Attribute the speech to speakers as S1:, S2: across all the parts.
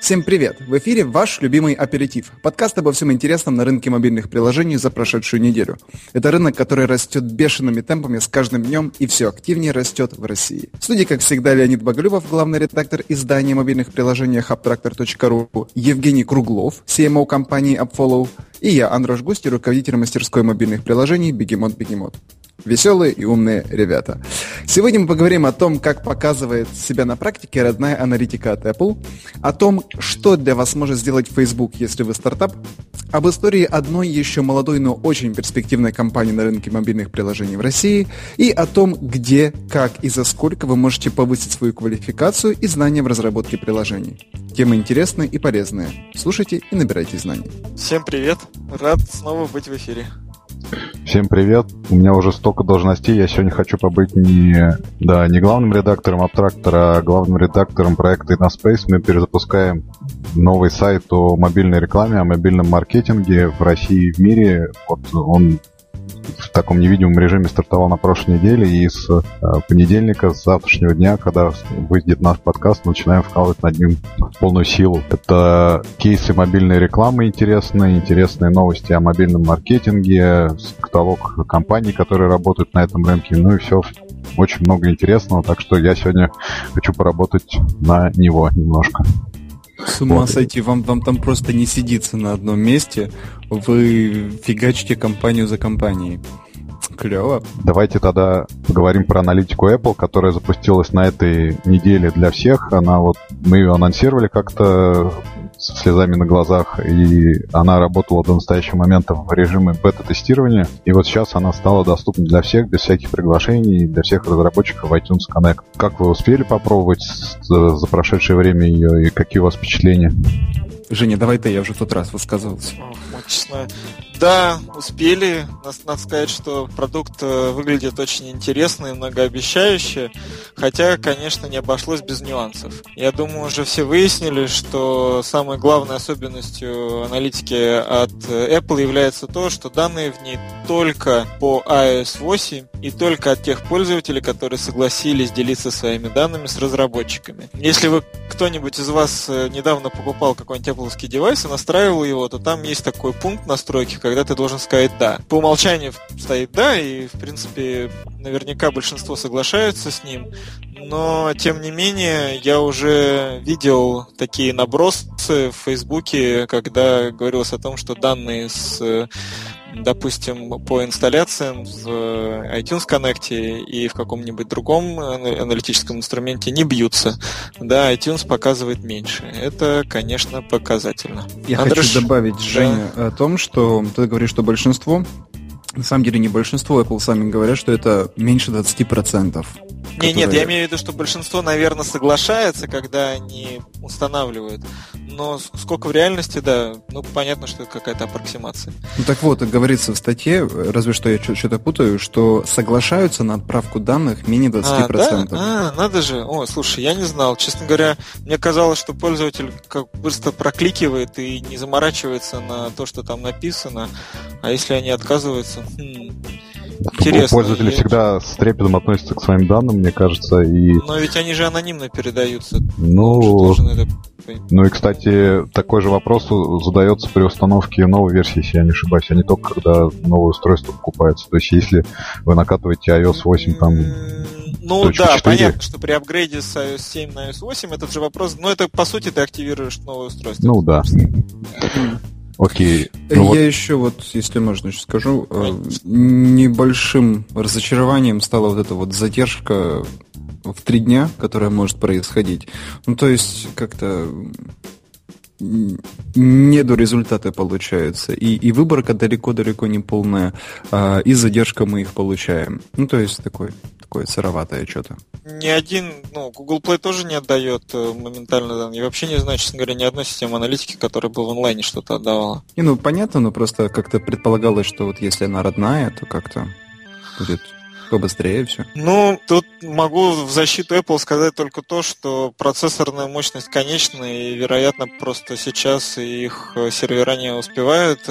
S1: Всем привет! В эфире ваш любимый аперитив. Подкаст обо всем интересном на рынке мобильных приложений за прошедшую неделю. Это рынок, который растет бешеными темпами с каждым днем и все активнее растет в России. В студии, как всегда, Леонид Боголюбов, главный редактор издания мобильных приложений hubtractor.ru, Евгений Круглов, CMO компании AppFollow, и я, Андрош Густи, руководитель мастерской мобильных приложений Бегемот. Веселые и умные ребята. Сегодня мы поговорим о том, как показывает себя на практике родная аналитика от Apple, о том, что для вас может сделать Facebook, если вы стартап, об истории одной еще молодой, но очень перспективной компании на рынке мобильных приложений в России и о том, где, как и за сколько вы можете повысить свою квалификацию и знания в разработке приложений. Темы интересные и полезные. Слушайте и набирайте знаний.
S2: Всем привет! Рад снова быть в эфире.
S3: Всем привет. У меня уже столько должностей. Я сегодня хочу побыть не главным редактором Аптрактора, а главным редактором проекта InnoSpace. Мы перезапускаем новый сайт о мобильной рекламе, о мобильном маркетинге в России и в мире. Вот он в таком невидимом режиме стартовал на прошлой неделе, и с понедельника, с завтрашнего дня, когда выйдет наш подкаст, начинаем вкалывать над ним в полную силу. Это кейсы мобильной рекламы интересные новости о мобильном маркетинге, каталог компаний, которые работают на этом рынке, ну и все, очень много интересного, так что я сегодня хочу поработать на него немножко.
S1: С ума сойти, вам там просто не сидится на одном месте, вы фигачите компанию за компанией. Клево.
S3: Давайте тогда поговорим про аналитику Apple, которая запустилась на этой неделе для всех. Мы ее анонсировали как-то со слезами на глазах, и она работала до настоящего момента в режиме бета-тестирования. И вот сейчас она стала доступна для всех, без всяких приглашений, для всех разработчиков в iTunes Connect. Как вы успели попробовать за прошедшее время ее, и какие у вас впечатления?
S1: Женя, давай-то, я уже в тот раз высказывался.
S2: Честно, да, успели. Надо сказать, что продукт выглядит очень интересно и многообещающе, хотя, конечно, не обошлось без нюансов. Я думаю, уже все выяснили, что самой главной особенностью аналитики от Apple является то, что данные в ней только по iOS 8 и только от тех пользователей, которые согласились делиться своими данными с разработчиками. Если кто-нибудь из вас недавно покупал какой-нибудь Apple'овский девайс и настраивал его, то там есть такой пункт настройки, когда ты должен сказать «да». По умолчанию стоит «да», и, в принципе, наверняка большинство соглашаются с ним, но, тем не менее, я уже видел такие набросы в Фейсбуке, когда говорилось о том, что данные допустим, по инсталляциям в iTunes Connect и в каком-нибудь другом аналитическом инструменте не бьются. Да, iTunes показывает меньше. Это, конечно, показательно.
S1: Я хочу добавить, Женя, о том, что ты говоришь, что большинство, на самом деле не большинство, Apple сами говорят, что это меньше 20%.
S2: Нет, я имею в виду, что большинство, наверное, соглашается, когда они устанавливают. Но сколько в реальности, да, понятно, что это какая-то аппроксимация.
S1: Так вот, говорится в статье, разве что я что-то путаю, что соглашаются на отправку данных менее 20%.
S2: Да? Надо же. Слушай, я не знал. Честно говоря, мне казалось, что пользователь как быстро прокликивает и не заморачивается на то, что там написано. А если они отказываются... Интересно.
S3: Пользователи всегда с трепетом относятся к своим данным, мне кажется, и...
S2: Но ведь они же анонимно передаются.
S3: И, кстати, такой же вопрос задается при установке новой версии, если я не ошибаюсь, а не только когда новое устройство покупается. То есть, если вы накатываете iOS 8 там...
S2: да, понятно, что при апгрейде с iOS 7 на iOS 8 этот же вопрос... это, по сути, ты активируешь новое устройство.
S3: Да. Окей.
S1: Я еще если можно, еще скажу, небольшим разочарованием стала вот эта задержка в 3 дня, которая может происходить. То есть как-то недорезультаты получаются. И выборка далеко-далеко не полная, и задержка мы их получаем. То есть такое сыроватое что-то.
S2: Ни один, Google Play тоже не отдает моментально данные. Я вообще не знаю, честно говоря, ни одной системы аналитики, которая была в онлайне, что-то отдавала.
S1: Понятно, но просто как-то предполагалось, что если она родная, то как-то будет побыстрее все.
S2: Ну, тут могу в защиту Apple сказать только то, что процессорная мощность конечна, и, вероятно, просто сейчас их сервера не успевают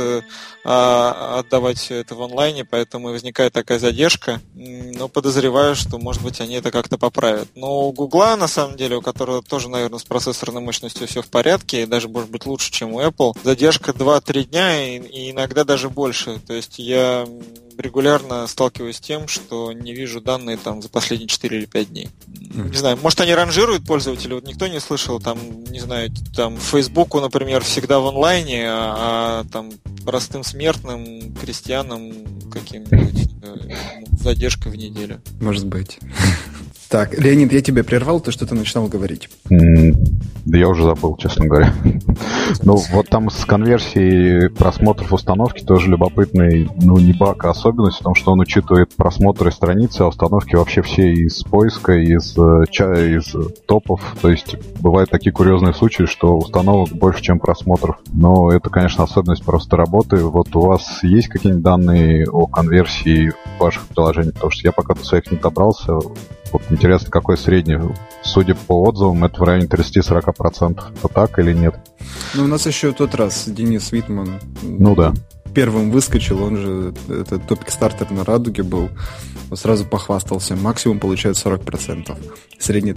S2: отдавать все это в онлайне, поэтому и возникает такая задержка. Но подозреваю, что, может быть, они это как-то поправят. Но у Гугла, на самом деле, у которого тоже, наверное, с процессорной мощностью все в порядке, и даже, может быть, лучше, чем у Apple, задержка 2-3 дня и иногда даже больше. То есть я регулярно сталкиваюсь с тем, что не вижу данные там за последние 4 или 5 дней. Не знаю, может, они ранжируют пользователей, вот никто не слышал, там, не знаю, там, Фейсбуку, например, всегда в онлайне, а там простым смертным, крестьянам каким-нибудь задержкой в неделю.
S1: Может быть. Так, Леонид, я тебя прервал, то, что ты начинал говорить.
S3: Да я уже забыл, честно говоря. Ну, вот там с конверсией просмотров установки тоже любопытный, не баг, а особенность в том, что он учитывает просмотры страницы, а установки вообще все из поиска, из топов. То есть бывают такие курьезные случаи, что установок больше, чем просмотров. Но это, конечно, особенность просто работы. Вот у вас есть какие-нибудь данные о конверсии ваших приложений? Потому что я пока до своих не добрался. Вот интересно, какой средний? Судя по отзывам, это в районе 30-40%. Это так или нет?
S1: Ну, у нас еще в тот раз Денис Витман
S3: да.
S1: Первым выскочил, он же этот топик-стартер на Радуге был. Он сразу похвастался. Максимум получает 40%. Средний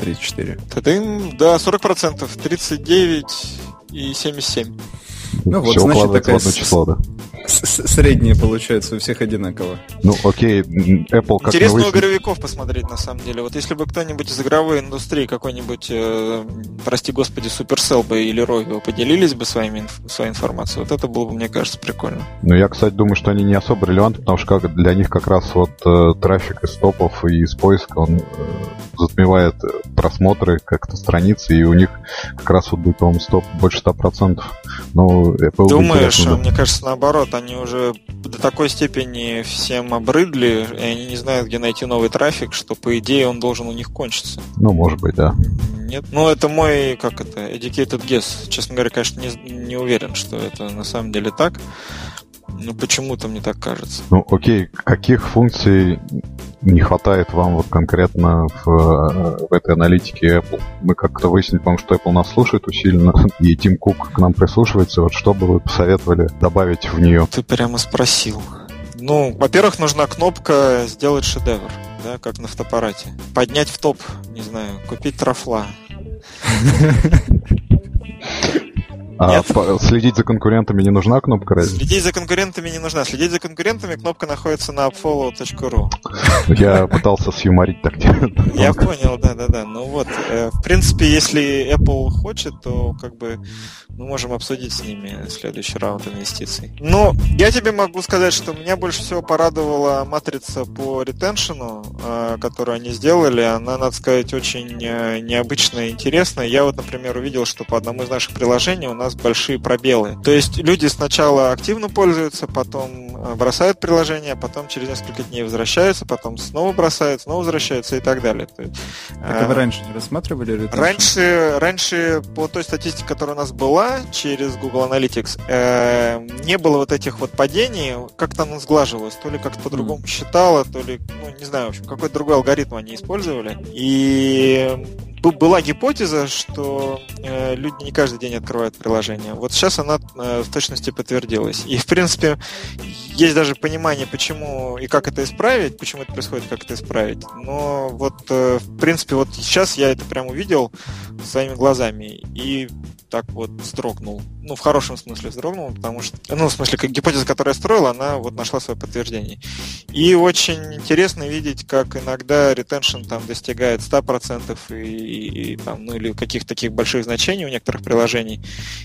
S1: 34%.
S2: Да, 40%. 39 и 77.
S1: Ну вот, значит, такая
S3: число, да.
S1: Среднее получается у всех одинаково.
S3: Ну, окей, Apple как
S2: интересно у игровиков посмотреть, на самом деле. Вот если бы кто-нибудь из игровой индустрии, какой-нибудь, прости господи, Supercell бы или Rovio поделились бы своей информацией, вот это было бы, мне кажется, прикольно.
S3: Ну, я, кстати, думаю, что они не особо релевантны, потому что для них как раз вот трафик из топов и из поиска, он затмевает просмотры как-то страницы, и у них как раз вот будет, по-моему, стоп больше 100%. Ну, Apple
S2: думаешь, мне кажется, наоборот, они уже до такой степени всем обрыдли, и они не знают, где найти новый трафик, что, по идее, он должен у них кончиться.
S3: Ну, может быть, да.
S2: Нет, это мой, educated guess. Честно говоря, конечно, не уверен, что это на самом деле так. Но почему-то мне так кажется. Ну,
S3: окей, каких функций не хватает вам вот конкретно в этой аналитике Apple? Мы как-то выяснили, по-моему, что Apple нас слушает усиленно, и Тим Кук к нам прислушивается. Вот что бы вы посоветовали добавить в нее?
S2: Ты прямо спросил. Во-первых, нужна кнопка «Сделать шедевр», да, как на фотоаппарате. Поднять в топ, не знаю, купить трафла.
S3: Следить за конкурентами не нужна кнопка разве?
S2: Следить за конкурентами не нужна. Следить за конкурентами кнопка находится на appfollow.ru.
S3: Я пытался сюморить так.
S2: Я понял, да. Ну вот, в принципе, если Apple хочет, то мы можем обсудить с ними следующий раунд инвестиций. Но я тебе могу сказать, что меня больше всего порадовала матрица по ретеншену, которую они сделали. Она, надо сказать, очень необычная и интересная. Я вот, например, увидел, что по одному из наших приложений у нас большие пробелы. То есть люди сначала активно пользуются, потом бросают приложение, потом через несколько дней возвращаются, потом снова бросают, снова возвращаются и так далее.
S1: Так вы раньше не рассматривали ретеншн?
S2: Раньше по той статистике, которая у нас была через Google Analytics, не было вот этих вот падений, как-то оно сглаживалось, то ли как-то по-другому считало, то ли, не знаю, в общем, какой-то другой алгоритм они использовали. И была гипотеза, что люди не каждый день открывают приложение. Вот сейчас она в точности подтвердилась. И, в принципе, есть даже понимание, почему и как это исправить, почему это происходит, как это исправить. Но вот, в принципе, вот сейчас я это прям увидел своими глазами и так вот вздрогнул. В хорошем смысле вздрогнул, потому что, в смысле, как гипотеза, которую я строил, она вот нашла свое подтверждение. И очень интересно видеть, как иногда ретеншн там достигает 100% и там, или каких-то таких больших значений у некоторых приложений.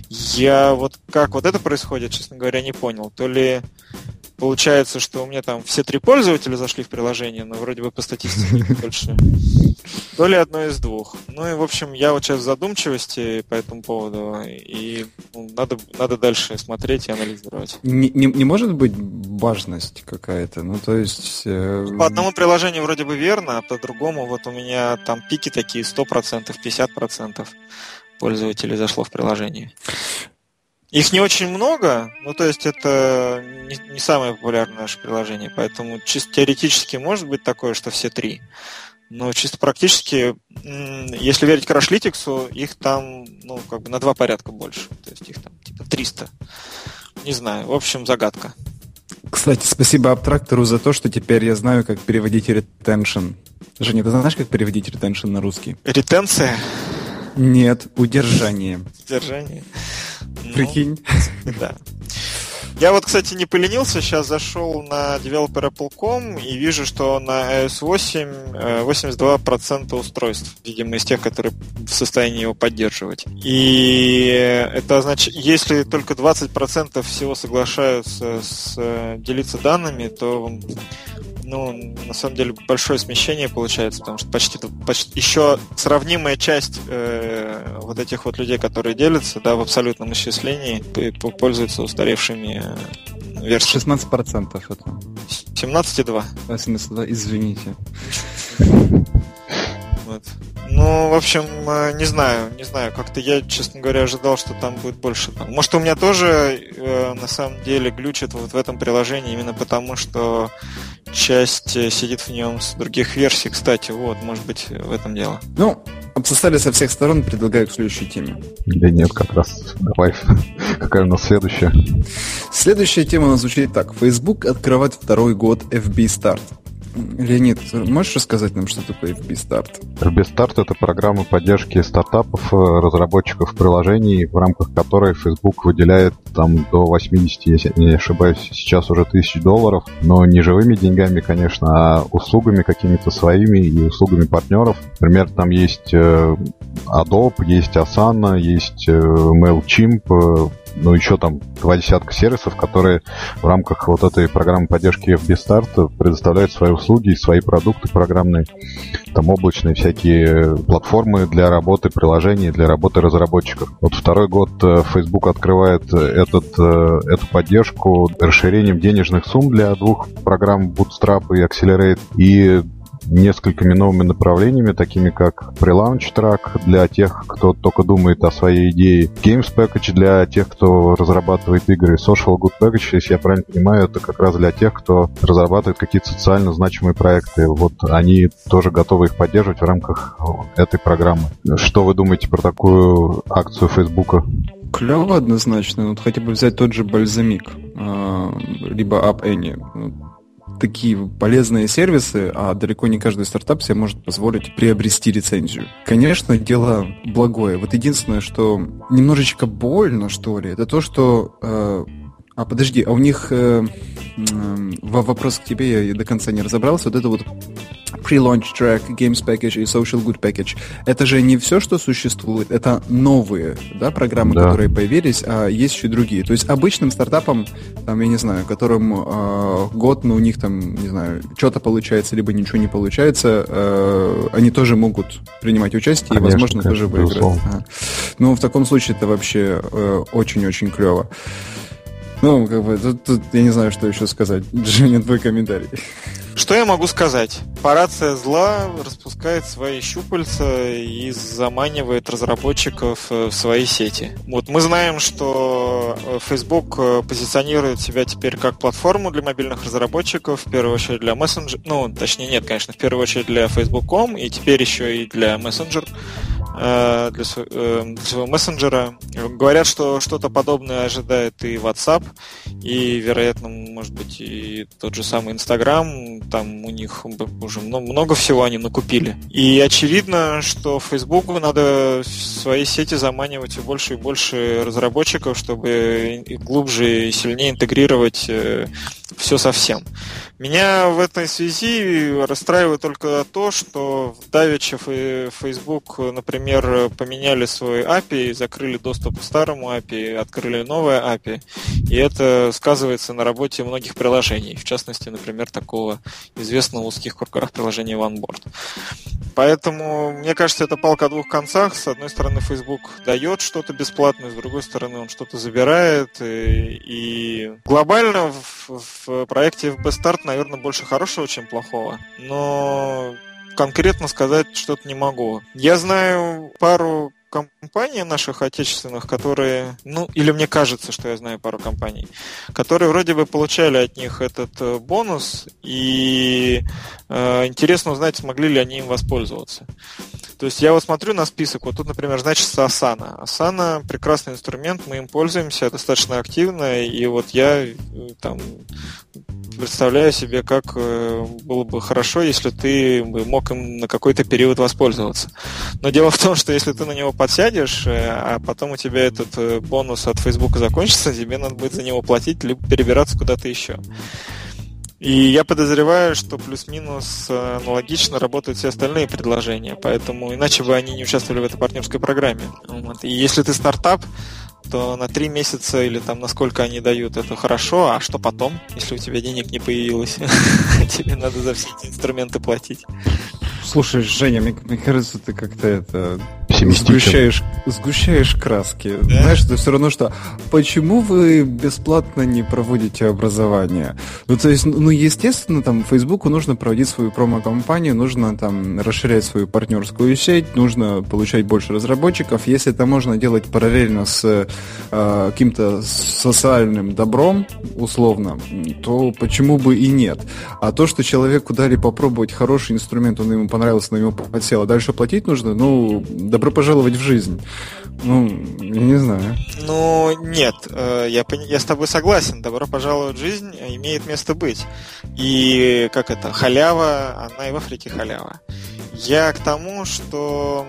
S2: Я как это происходит, честно говоря, не понял. То ли получается, что у меня там все 3 пользователя зашли в приложение, но вроде бы по статистике больше. То ли одно из двух. И, в общем, я вот сейчас в задумчивости по этому поводу, и надо дальше смотреть и анализировать.
S1: Не может быть важность какая-то? То есть...
S2: По одному приложению вроде бы верно, а по другому вот у меня там пики такие 100%, 50% пользователей зашло в приложение. Их не очень много, ну то есть это не самое популярное наше приложение, поэтому чисто теоретически может быть такое, что все 3. Но чисто практически, если верить Crashlytics, их там на 2 порядка больше. То есть их там типа 300. Не знаю, в общем, загадка.
S1: Кстати, спасибо Абтрактору за то, что теперь я знаю, как переводить retention. Женя, ты знаешь, как переводить retention на русский?
S2: Ретенция?
S1: Нет, удержание.
S2: Удержание.
S1: Прикинь?
S2: Да. Я вот, кстати, не поленился, сейчас зашел на developer.apple.com и вижу, что на iOS 8 82% устройств, видимо, из тех, которые в состоянии его поддерживать. И это значит, если только 20% всего соглашаются делиться данными, то на самом деле большое смещение получается, потому что почти еще сравнимая часть вот этих вот людей, которые делятся, да, в абсолютном исчислении, пользуются устаревшими версиями.
S1: 16% это.
S2: 17,2.
S1: Извините.
S2: Вот. Ну, в общем, не знаю, как-то я, честно говоря, ожидал, что там будет больше. Может, у меня тоже на самом деле глючит вот в этом приложении именно потому, что часть сидит в нем с других версий. Кстати, вот, может быть, в этом дело.
S1: Ну, обсосали со всех сторон, предлагаю к следующей теме.
S3: Да нет, как раз давай. Какая у нас следующая?
S1: Следующая тема у нас звучит так. Facebook открывает второй год FB Start. Леонид, можешь рассказать нам, что такое FB Start?
S3: FB Start — это программа поддержки стартапов, разработчиков приложений, в рамках которой Facebook выделяет там до 80, если не ошибаюсь, сейчас уже $1000, но не живыми деньгами, конечно, а услугами какими-то своими и услугами партнеров. Например, там есть Adobe, есть Asana, есть MailChimp, еще там 20 сервисов, которые в рамках вот этой программы поддержки FB Start предоставляют свои услуги и свои продукты программные, там облачные всякие платформы для работы приложений, для работы разработчиков. Вот второй год Facebook открывает эту поддержку расширением денежных сумм для 2 программ Bootstrap и Accelerate и несколькими новыми направлениями, такими как Pre-Launch Track для тех, кто только думает о своей идее, Games Package для тех, кто разрабатывает игры, Social Good Package, если я правильно понимаю, это как раз для тех, кто разрабатывает какие-то социально значимые проекты. Вот они тоже готовы их поддерживать в рамках этой программы. Что вы думаете про такую акцию Фейсбука?
S1: Клево однозначно. Вот хотя бы взять тот же Бальзамик, либо App Annie. Такие полезные сервисы, а далеко не каждый стартап себе может позволить приобрести лицензию. Конечно, дело благое. Вот единственное, что немножечко больно, что ли, это то, что... подожди, у них вопрос к тебе, я до конца не разобрался. Вот это вот Pre-Launch Track, Games Package и Social Good Package. Это же не все, что существует, это новые, да, программы, да, которые появились, а есть еще и другие. То есть обычным стартапам, там, я не знаю, которым год, у них там, не знаю, что-то получается, либо ничего не получается, они тоже могут принимать участие, конечно, и, возможно, тоже выиграть. Ну, в таком случае это вообще очень-очень клево. Ну, тут я не знаю, что еще сказать. Женя, твой комментарий.
S2: Что я могу сказать? Парация зла распускает свои щупальца и заманивает разработчиков в свои сети. Вот мы знаем, что Facebook позиционирует себя теперь как платформу для мобильных разработчиков, в первую очередь для мессенджера, нет, конечно, в первую очередь для Facebook.com, и теперь еще и для Messenger, для своего мессенджера. Говорят, что что-то подобное ожидает и WhatsApp, и, вероятно, может быть, и тот же самый Instagram. Там у них уже много всего они накупили. И очевидно, что Фейсбуку надо в свои сети заманивать все больше и больше разработчиков, чтобы глубже и сильнее интегрировать все со всем. Меня в этой связи расстраивает только то, что давеча Facebook, например, поменяли свой API, закрыли доступ к старому API, открыли новое API, и это сказывается на работе многих приложений, в частности, например, такого известного в узких кругах приложения OneBoard. Поэтому, мне кажется, это палка о двух концах. С одной стороны, Facebook дает что-то бесплатное, с другой стороны, он что-то забирает. И глобально в проекте FB Start, наверное, больше хорошего, чем плохого. Но конкретно сказать что-то не могу. Я знаю пару компаний наших отечественных, которые, или мне кажется, что я знаю пару компаний, которые вроде бы получали от них этот бонус, и интересно узнать, смогли ли они им воспользоваться. То есть я вот смотрю на список, вот тут, например, значится Asana. Asana прекрасный инструмент, мы им пользуемся достаточно активно, и вот я там представляю себе, как было бы хорошо, если ты мог им на какой-то период воспользоваться. Но дело в том, что если ты на него подсядешь, а потом у тебя этот бонус от Facebook закончится, тебе надо будет за него платить, либо перебираться куда-то еще. И я подозреваю, что плюс-минус аналогично работают все остальные предложения, поэтому иначе бы они не участвовали в этой партнерской программе. Вот. И если ты стартап, то на 3 месяца или там насколько они дают, это хорошо, а что потом, если у тебя денег не появилось? Тебе надо за все эти инструменты платить.
S1: Слушай, Женя, мне кажется, ты как-то сгущаешь краски. Да? Знаешь, это все равно, что почему вы бесплатно не проводите образование? То есть, естественно, там Фейсбуку нужно проводить свою промо-компанию, нужно там расширять свою партнерскую сеть, нужно получать больше разработчиков. Если это можно делать параллельно с каким-то социальным добром, условно, то почему бы и нет? А то, что человеку дали попробовать хороший инструмент, он ему понравился, но ему подсел, а дальше платить нужно, добро пожаловать в жизнь. Я не знаю.
S2: Нет, я с тобой согласен. Добро пожаловать в жизнь имеет место быть. И халява, она и в Африке халява. Я к тому, что,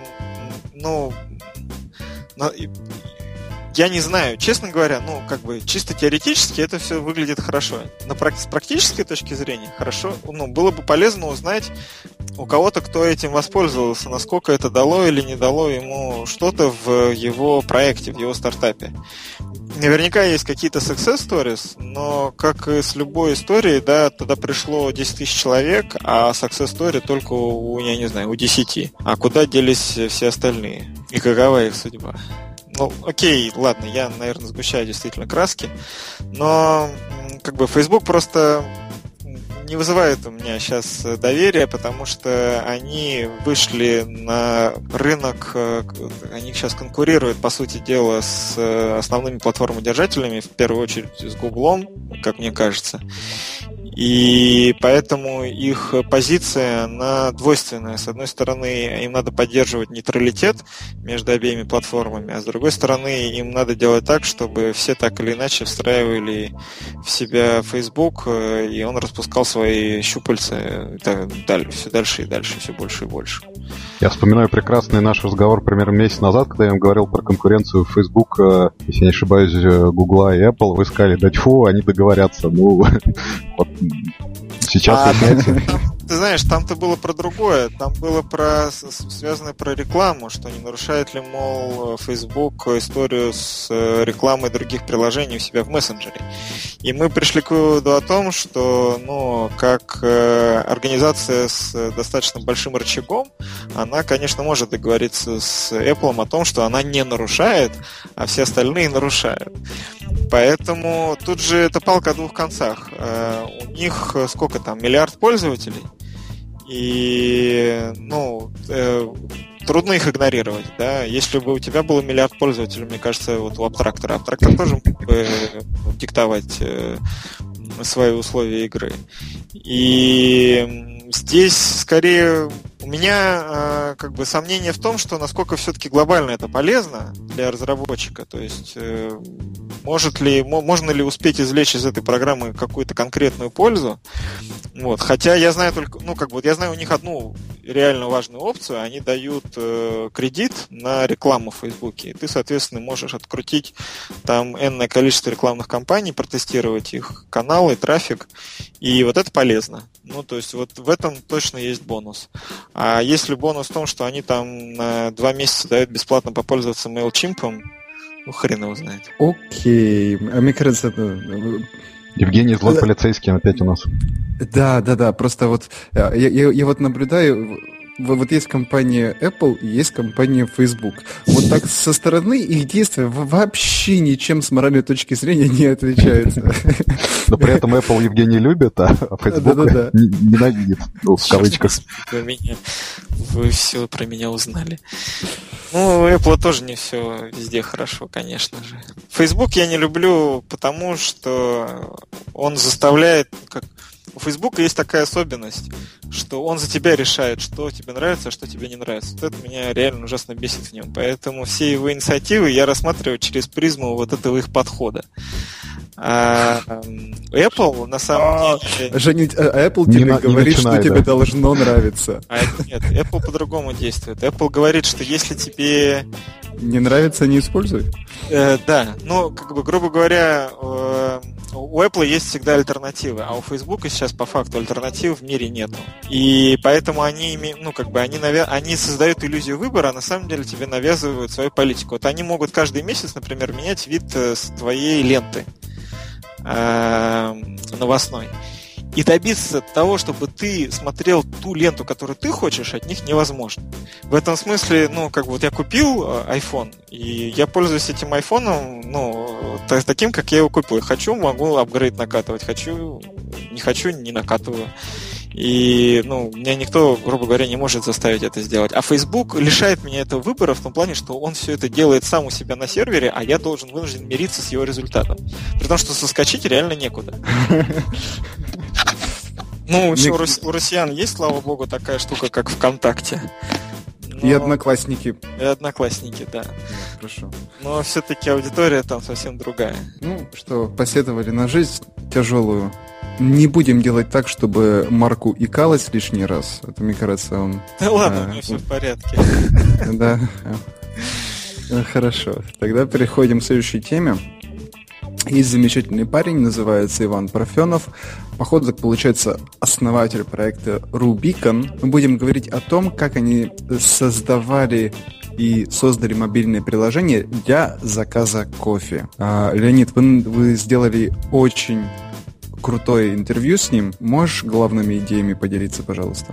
S2: я не знаю, честно говоря, чисто теоретически это все выглядит хорошо. С практической точки зрения хорошо, было бы полезно узнать у кого-то, кто этим воспользовался, насколько это дало или не дало ему что-то в его проекте, в его стартапе. Наверняка есть какие-то success stories, но, как и с любой историей, да, туда пришло 10 тысяч человек, а success story только у 10. А куда делись все остальные? И какова их судьба? Окей, ладно, я, наверное, сгущаю действительно краски, но Facebook просто не вызывает у меня сейчас доверия, потому что они вышли на рынок, они сейчас конкурируют, по сути дела, с основными платформодержателями, в первую очередь с Гуглом, как мне кажется. И поэтому их позиция, она двойственная. С одной стороны, им надо поддерживать нейтралитет между обеими платформами, а с другой стороны, им надо делать так, чтобы все так или иначе встраивали в себя Facebook, и он распускал свои щупальца все дальше и дальше, все больше и больше.
S3: Я вспоминаю прекрасный наш разговор примерно месяц назад, когда я вам говорил про конкуренцию Facebook, если не ошибаюсь, Google и Apple. Вы сказали, да тьфу, они договорятся. Вот сейчас
S2: ты знаешь, там-то было про другое. Там было связано про рекламу, что не нарушает ли, мол, Facebook историю с рекламой других приложений у себя в мессенджере. И мы пришли к выводу о том, что, как организация с достаточно большим рычагом, она, конечно, может договориться с Apple о том, что она не нарушает, а все остальные нарушают. Поэтому тут же это палка о двух концах. У них сколько там, миллиард пользователей? И, трудно их игнорировать, да. Если бы у тебя было миллиард пользователей, мне кажется, вот у Аптрактора тоже мог бы диктовать свои условия игры. И здесь скорее у меня сомнение в том, что насколько все-таки глобально это полезно для разработчика. То есть можно ли успеть извлечь из этой программы какую-то конкретную пользу. Вот. Хотя я знаю только, я знаю у них одну реально важную опцию. Они дают кредит на рекламу в Фейсбуке. И ты, соответственно, можешь открутить там энное количество рекламных кампаний, протестировать их каналы, трафик. И вот это полезно. То есть вот в этом точно есть бонус. А если бонус в том, что они там на 2 месяца дают бесплатно попользоваться MailChimp, хрен его знает.
S1: Окей. А мне кажется, это...
S3: Евгений Злой полицейский опять у нас.
S1: Да. Просто я вот наблюдаю... Вот есть компания Apple и есть компания Facebook. Вот так со стороны их действия вообще ничем с моральной точки зрения не отличается.
S3: Но при этом Apple Евгений любит, а Facebook ненавидит. В кавычках.
S2: Вы все про меня узнали. Ну, у Apple тоже не все везде хорошо, конечно же. Facebook я не люблю, потому что он заставляет... У Facebook есть такая особенность, что он за тебя решает, что тебе нравится, а что тебе не нравится. Вот это меня реально ужасно бесит в нем. Поэтому все его инициативы я рассматриваю через призму вот этого их подхода. А Apple на самом деле...
S1: Женя, Apple тебе говорит, что тебе должно нравиться.
S2: Нет, Apple по-другому действует. Apple говорит, что если тебе...
S1: Не нравится, не используй.
S2: Да, ну, грубо говоря, у Apple есть всегда альтернативы, а у Facebook сейчас по факту альтернатив в мире нету. И поэтому они создают иллюзию выбора, а на самом деле тебе навязывают свою политику. Вот они могут каждый месяц, например, менять вид твоей ленты новостной. И добиться того, чтобы ты смотрел ту ленту, которую ты хочешь, от них невозможно. В этом смысле, вот я купил iPhone, и я пользуюсь этим айфоном, таким, как я его купил. Хочу, могу апгрейд накатывать, не хочу, не накатываю. И, меня никто, грубо говоря, не может заставить это сделать. А Facebook лишает меня этого выбора в том плане, что он все это делает сам у себя на сервере, а я вынужден мириться с его результатом. При том, что соскочить реально некуда. У россиян есть, слава богу, такая штука, как ВКонтакте.
S1: И Одноклассники.
S2: И Одноклассники, да.
S1: Хорошо.
S2: Но все-таки аудитория там совсем другая.
S1: Посетовали на жизнь тяжелую. Не будем делать так, чтобы Марку икалось лишний раз. Это, мне кажется, он...
S2: Да ладно, у меня все в порядке.
S1: Да. Хорошо. Тогда переходим к следующей теме. Есть замечательный парень, называется Иван Парфенов. Походу, получается, основатель проекта Rubicon. Мы будем говорить о том, как они создавали и создали мобильное приложение для заказа кофе. Леонид, вы сделали очень крутое интервью с ним. Можешь главными идеями поделиться, пожалуйста?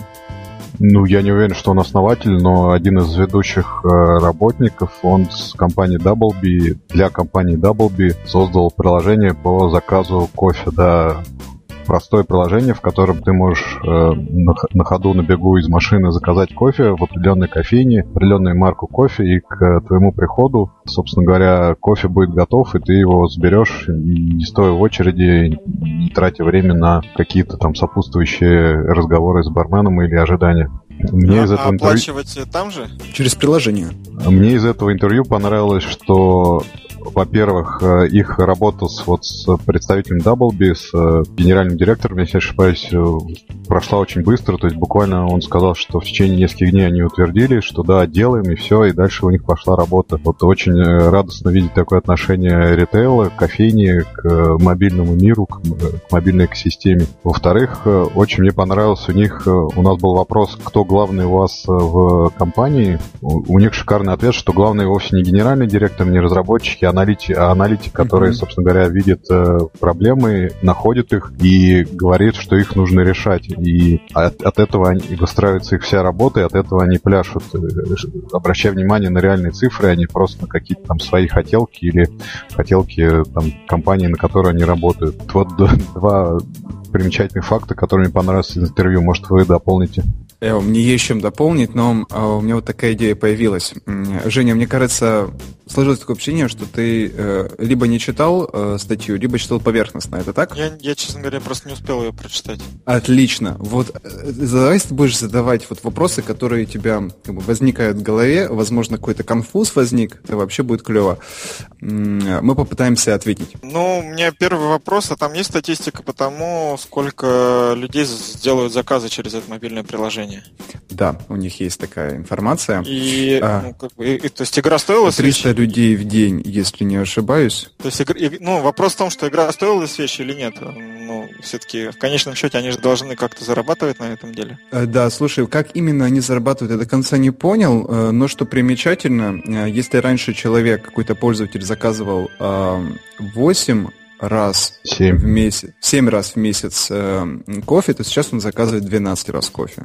S3: Я не уверен, что он основатель, но один из ведущих работников, он с компанией Doublebee, для компании Doublebee создал приложение по заказу кофе, да, простое приложение, в котором ты можешь на ходу, на бегу из машины заказать кофе в определенной кофейне, определенную марку кофе, и к твоему приходу, собственно говоря, кофе будет готов, и ты его заберешь, не стоя в очереди, не тратя время на какие-то там сопутствующие разговоры с барменом или ожидания. Мне из этого
S2: оплачивать там же?
S1: Через приложение.
S3: Мне из этого интервью понравилось, что, во-первых, их работа с представителем Doublebee, с генеральным директором, если не ошибаюсь, прошла очень быстро. То есть буквально он сказал, что в течение нескольких дней они утвердили, что да, делаем, и все, и дальше у них пошла работа. Очень радостно видеть такое отношение ритейла, кофейни к мобильному миру, к мобильной экосистеме. Во-вторых, очень мне понравилось у нас был вопрос, кто главный у вас в компании. У них шикарный ответ, что главный вовсе не генеральный директор, не разработчики, а аналитик, который, собственно говоря, видит проблемы, находит их и говорит, что их нужно решать. И от этого выстраивается их вся работа, и от этого они пляшут, обращая внимание на реальные цифры, а не просто на какие-то там свои хотелки или хотелки там компании, на которой они работают. Вот два примечательных факта, которые мне понравились из интервью. Может, вы дополните?
S1: Мне есть чем дополнить, но у меня вот такая идея появилась. Женя, мне кажется, сложилось такое впечатление, что ты либо не читал статью, либо читал поверхностно. Это так?
S2: Я, честно говоря, просто не успел ее прочитать.
S1: Отлично. Давай ты будешь задавать вопросы, которые у тебя возникают в голове. Возможно, какой-то конфуз возник. Это вообще будет клево. Мы попытаемся ответить.
S2: У меня первый вопрос. А там есть статистика по тому, сколько людей сделают заказы через это мобильное приложение?
S1: Да, у них есть такая информация.
S2: То есть игра стоила
S1: 300 людей в день, если не ошибаюсь.
S2: То есть вопрос в том, что игра стоила свечи или нет. Все-таки в конечном счете они же должны как-то зарабатывать на этом деле.
S1: Да, слушай, как именно они зарабатывают, я до конца не понял, но что примечательно, если раньше какой-то пользователь заказывал 8 раз
S3: 7
S1: в месяц, 7 раз в месяц кофе, то сейчас он заказывает 12 раз кофе.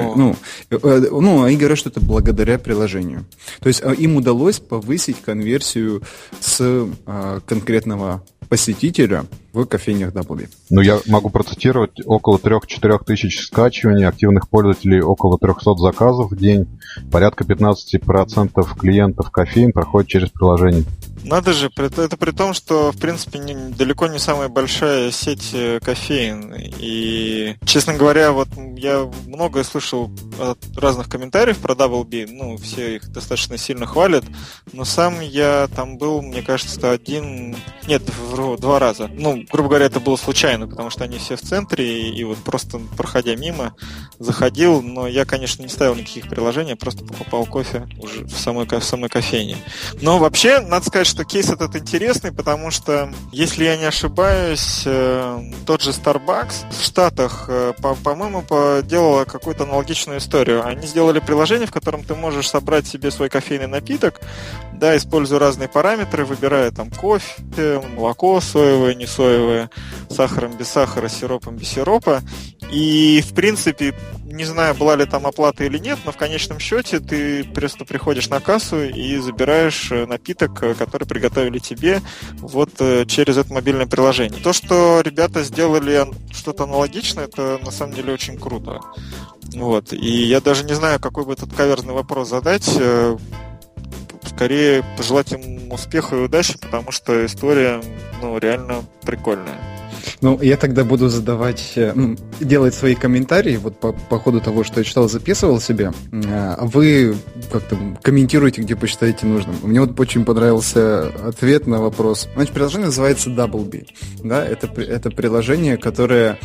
S1: Они говорят, что это благодаря приложению. То есть им удалось повысить конверсию с конкретного посетителя в кофейнях Даблби.
S3: Ну, я могу процитировать: около 3-4 тысяч скачиваний, активных пользователей около 300 заказов в день, порядка 15% клиентов кофеин проходит через приложение.
S2: Надо же, это при том, что, в принципе, далеко не самая большая сеть кофеин. И, честно говоря, вот я многое слышал от разных комментариев про Даблби, все их достаточно сильно хвалят, но сам я там был, мне кажется, два раза. Грубо говоря, это было случайно, потому что они все в центре, и вот просто проходя мимо, заходил, но я, конечно, не ставил никаких приложений, просто покупал кофе уже в самой кофейне. Но вообще, надо сказать, что кейс этот интересный, потому что, если я не ошибаюсь, тот же Starbucks в Штатах, по-моему, делала какую-то аналогичную историю. Они сделали приложение, в котором ты можешь собрать себе свой кофейный напиток, да, используя разные параметры, выбирая там кофе, молоко соевое, не соевое, сахаром без сахара, сиропом без сиропа. И, в принципе, не знаю, была ли там оплата или нет, но в конечном счете ты просто приходишь на кассу и забираешь напиток, который приготовили тебе вот через это мобильное приложение. То, что ребята сделали что-то аналогичное, это на самом деле очень круто. Вот. И я даже не знаю, какой бы тут каверзный вопрос задать. Скорее пожелать им успеха и удачи, потому что история, реально прикольная.
S1: Я тогда буду делать свои комментарии вот по ходу того, что я читал, записывал себе. А вы как-то комментируйте, где посчитаете нужным. Мне вот очень понравился ответ на вопрос. Значит, приложение называется Даблби. Да, это приложение, которое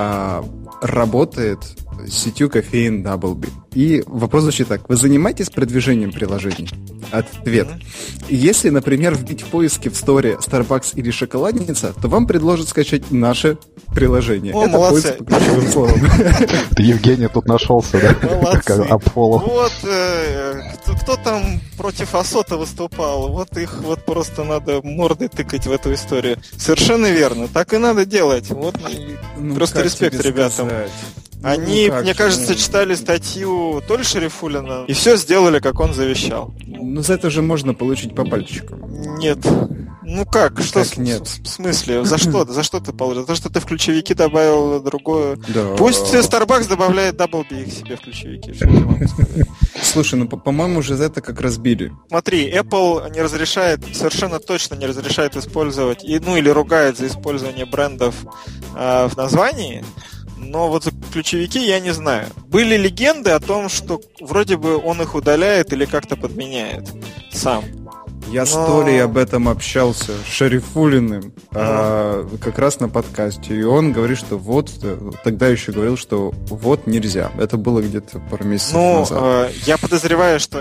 S1: работает с сетью кофеин Даблби. И вопрос звучит так: вы занимаетесь продвижением приложений? Ответ: если, например, вбить в поиске в сторе Starbucks или шоколадница, то вам предложат скачать наше приложение.
S2: Это
S1: молодцы. Поиск по ключевым словам.
S3: Ты, Евгений, тут нашелся, да?
S2: Молодцы.
S3: Апполо.
S2: Вот кто там против Асота выступал, вот их вот просто надо мордой тыкать в эту историю. Совершенно верно, так и надо делать. Вот просто респект ребятам. Они, мне кажется, читали статью Толь Шарифуллина и все сделали, как он завещал.
S1: За это же можно получить по пальчикам.
S2: Нет. Как? Что
S1: нет?
S2: В смысле? За что? За что ты получил? За то, что ты в ключевики добавил другое?
S1: Да.
S2: Пусть Starbucks добавляет Даблби их себе в ключевики.
S1: Слушай, по-моему, уже за это как разбили.
S2: Смотри, Apple не разрешает, совершенно точно не разрешает использовать, или ругает за использование брендов в названии. Но вот за ключевики я не знаю. Были легенды о том, что вроде бы он их удаляет или как-то подменяет сам.
S1: Я с Толей об этом общался, с Шарифуллиным, как раз на подкасте. И он говорит, что тогда еще говорил, что нельзя. Это было где-то пару месяцев назад.
S2: Я подозреваю, что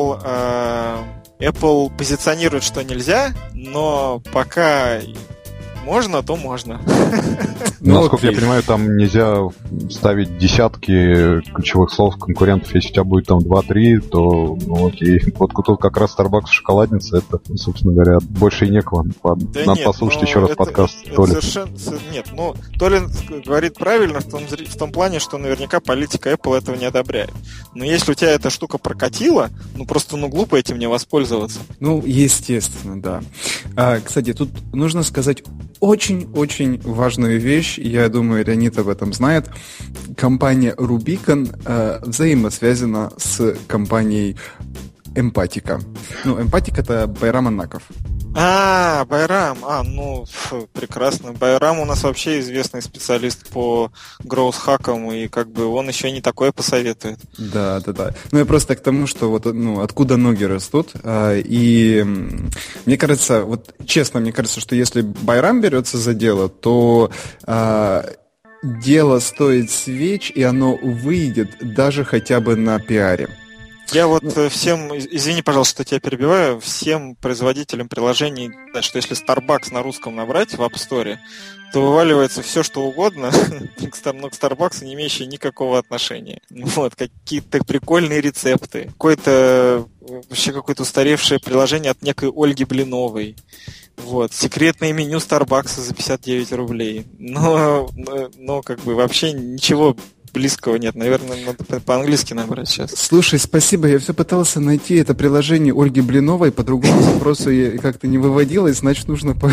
S2: Apple позиционирует, что нельзя, но пока можно, то можно.
S3: Насколько я понимаю, там нельзя ставить десятки ключевых слов конкурентов. Если у тебя будет там 2-3, то окей. Вот тут как раз Starbucks шоколадница, это, собственно говоря, больше и некого. Надо послушать еще раз подкаст Толи.
S2: Нет, Толин говорит правильно в том плане, что наверняка политика Apple этого не одобряет. Но если у тебя эта штука прокатила, просто глупо этим не воспользоваться.
S1: Естественно, да. Кстати, тут нужно сказать очень-очень важную вещь, я думаю, Леонид об этом знает. Компания Rubicon взаимосвязана с компанией Эмпатика. Эмпатик — это Байрам Аннаков.
S2: Байрам. Прекрасно. Байрам у нас вообще известный специалист по гроус-хакам, и он еще не такое посоветует.
S1: Да. Я просто к тому, что откуда ноги растут. И мне кажется, честно, что если Байрам берется за дело, то дело стоит свеч, и оно выйдет даже хотя бы на пиаре.
S2: Я всем, извини, пожалуйста, что тебя перебиваю, всем производителям приложений, что если Starbucks на русском набрать в App Store, то вываливается все, что угодно, но к Starbucks не имеющее никакого отношения. Какие-то прикольные рецепты, какое-то устаревшее приложение от некой Ольги Блиновой. Вот, секретное меню Starbucks за 59 рублей. Но как бы вообще ничего близкого нет. Наверное, надо по-английски набрать сейчас.
S1: Слушай, спасибо. Я все пытался найти это приложение Ольги Блиновой. По другому запросу я как-то не выводилось, значит, нужно по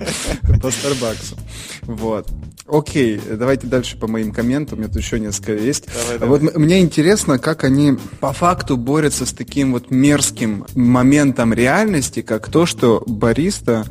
S1: Starbucks. Вот. Окей, давайте дальше по моим комментам. У меня тут еще несколько есть. Давай. Вот мне интересно, как они по факту борются с таким вот мерзким моментом реальности, как то, что бариста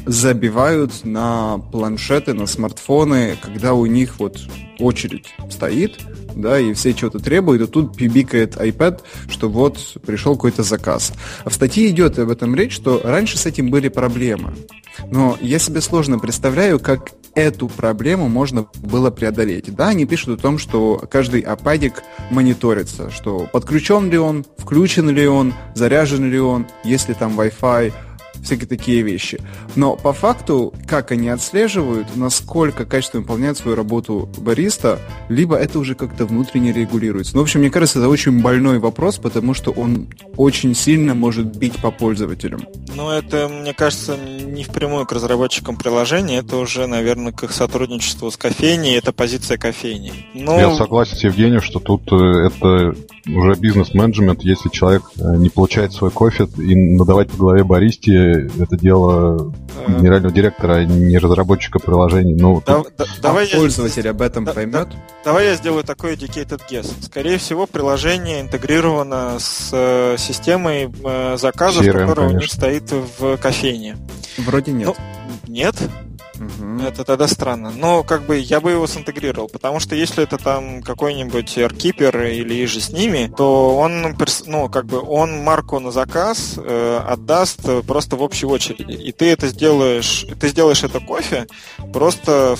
S1: забивают на планшеты, на смартфоны, когда у них вот очередь стоит, да, и все что-то требуют, и тут пибикает iPad, что вот пришел какой-то заказ. А в статье идет об этом речь, что раньше с этим были проблемы. Но я себе сложно представляю, как эту проблему можно было преодолеть. Да, они пишут о том, что каждый iPadик мониторится, что подключен ли он, включен ли он, заряжен ли он, есть ли там Wi-Fi, всякие такие вещи. Но по факту, как они отслеживают, насколько качественно выполняет свою работу бариста, либо это уже как-то внутренне регулируется. Ну, в общем, мне кажется, это очень больной вопрос, потому что он очень сильно может бить по пользователям.
S2: Ну, это, мне кажется, не впрямую к разработчикам приложения, это уже, наверное, к их сотрудничеству с кофейней, это позиция кофейни. Но...
S3: Я согласен с Евгением, что тут это уже бизнес-менеджмент. Если человек не получает свой кофе, и надавать по голове баристе, это дело генерального директора, а не разработчика приложений. Ну,
S1: пользователь об этом поймет?
S2: Давай я сделаю такой educated guess. Скорее всего, приложение интегрировано с системой заказов, CRM, которая у них стоит в кофейне.
S1: Вроде нет.
S2: Нет? Угу. Это тогда странно. Но как бы я бы его синтегрировал, потому что если это там какой-нибудь AirKeeper или же с ними, то он, ну, как бы он марку на заказ отдаст просто в общей очереди. И ты сделаешь это кофе просто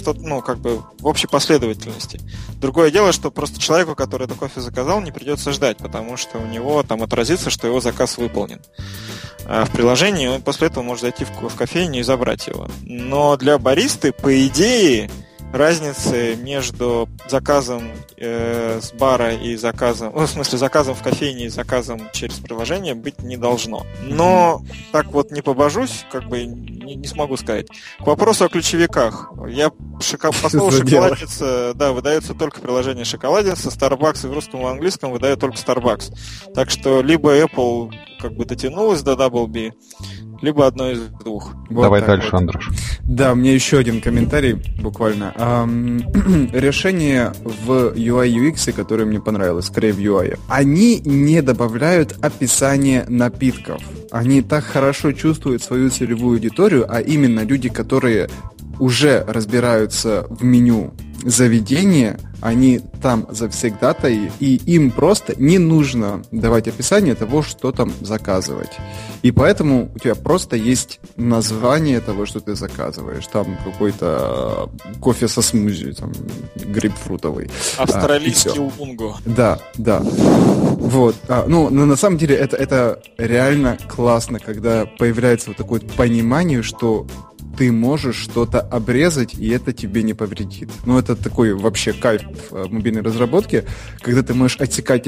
S2: в общей последовательности. Другое дело, что просто человеку, который это кофе заказал, не придется ждать, потому что у него там отразится, что его заказ выполнен. А в приложении он после этого может зайти в кофейню и забрать его. Но для баристы, по идее, разницы между заказом с бара и заказом, в смысле заказом в кофейне и заказом через приложение быть не должно. Но так вот не побожусь, как бы не смогу сказать. К вопросу о ключевиках. По слову шоколадница, да, выдается только приложение шоколадница, Starbucks и в русском и в английском выдает только Starbucks. Так что либо Apple как бы дотянулась до Double B, либо одно из двух.
S3: Вот. Давай дальше, вот. Андрюш.
S1: Да, у меня еще один комментарий буквально. Решение в UI UX, которое мне понравилось, скорее в UI, они не добавляют описание напитков. Они так хорошо чувствуют свою целевую аудиторию, а именно люди, которые уже разбираются в меню заведения, они там завсегдатаи, и им просто не нужно давать описание того, что там заказывать. И поэтому у тебя просто есть название того, что ты заказываешь. Там какой-то кофе со смузи, там, грейпфрутовый.
S2: Австралийский лунго.
S1: Да. Вот. На самом деле это реально классно, когда появляется вот такое понимание, что ты можешь что-то обрезать, и это тебе не повредит. Ну, это такой вообще кайф в мобильной разработке, когда ты можешь отсекать,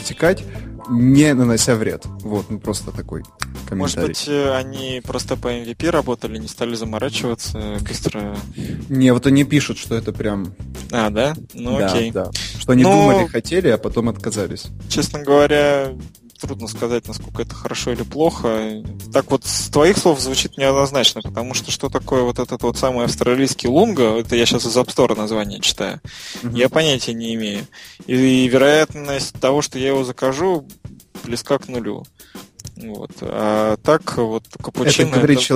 S1: не нанося вред. Вот, просто такой комментарий.
S2: Может быть, они просто по MVP работали, не стали заморачиваться быстро?
S1: Не, вот они пишут, что это прям...
S2: А, да? Ну,
S1: да,
S2: окей.
S1: Да. Что они думали, хотели, а потом отказались.
S2: Честно говоря... Трудно сказать, насколько это хорошо или плохо. Так вот, с твоих слов звучит неоднозначно, потому что такое вот этот вот самый австралийский лунго, это я сейчас из App Store название читаю, я понятия не имею. И вероятность того, что я его закажу, близка к нулю. Вот. А так вот капучино...
S1: Это говорит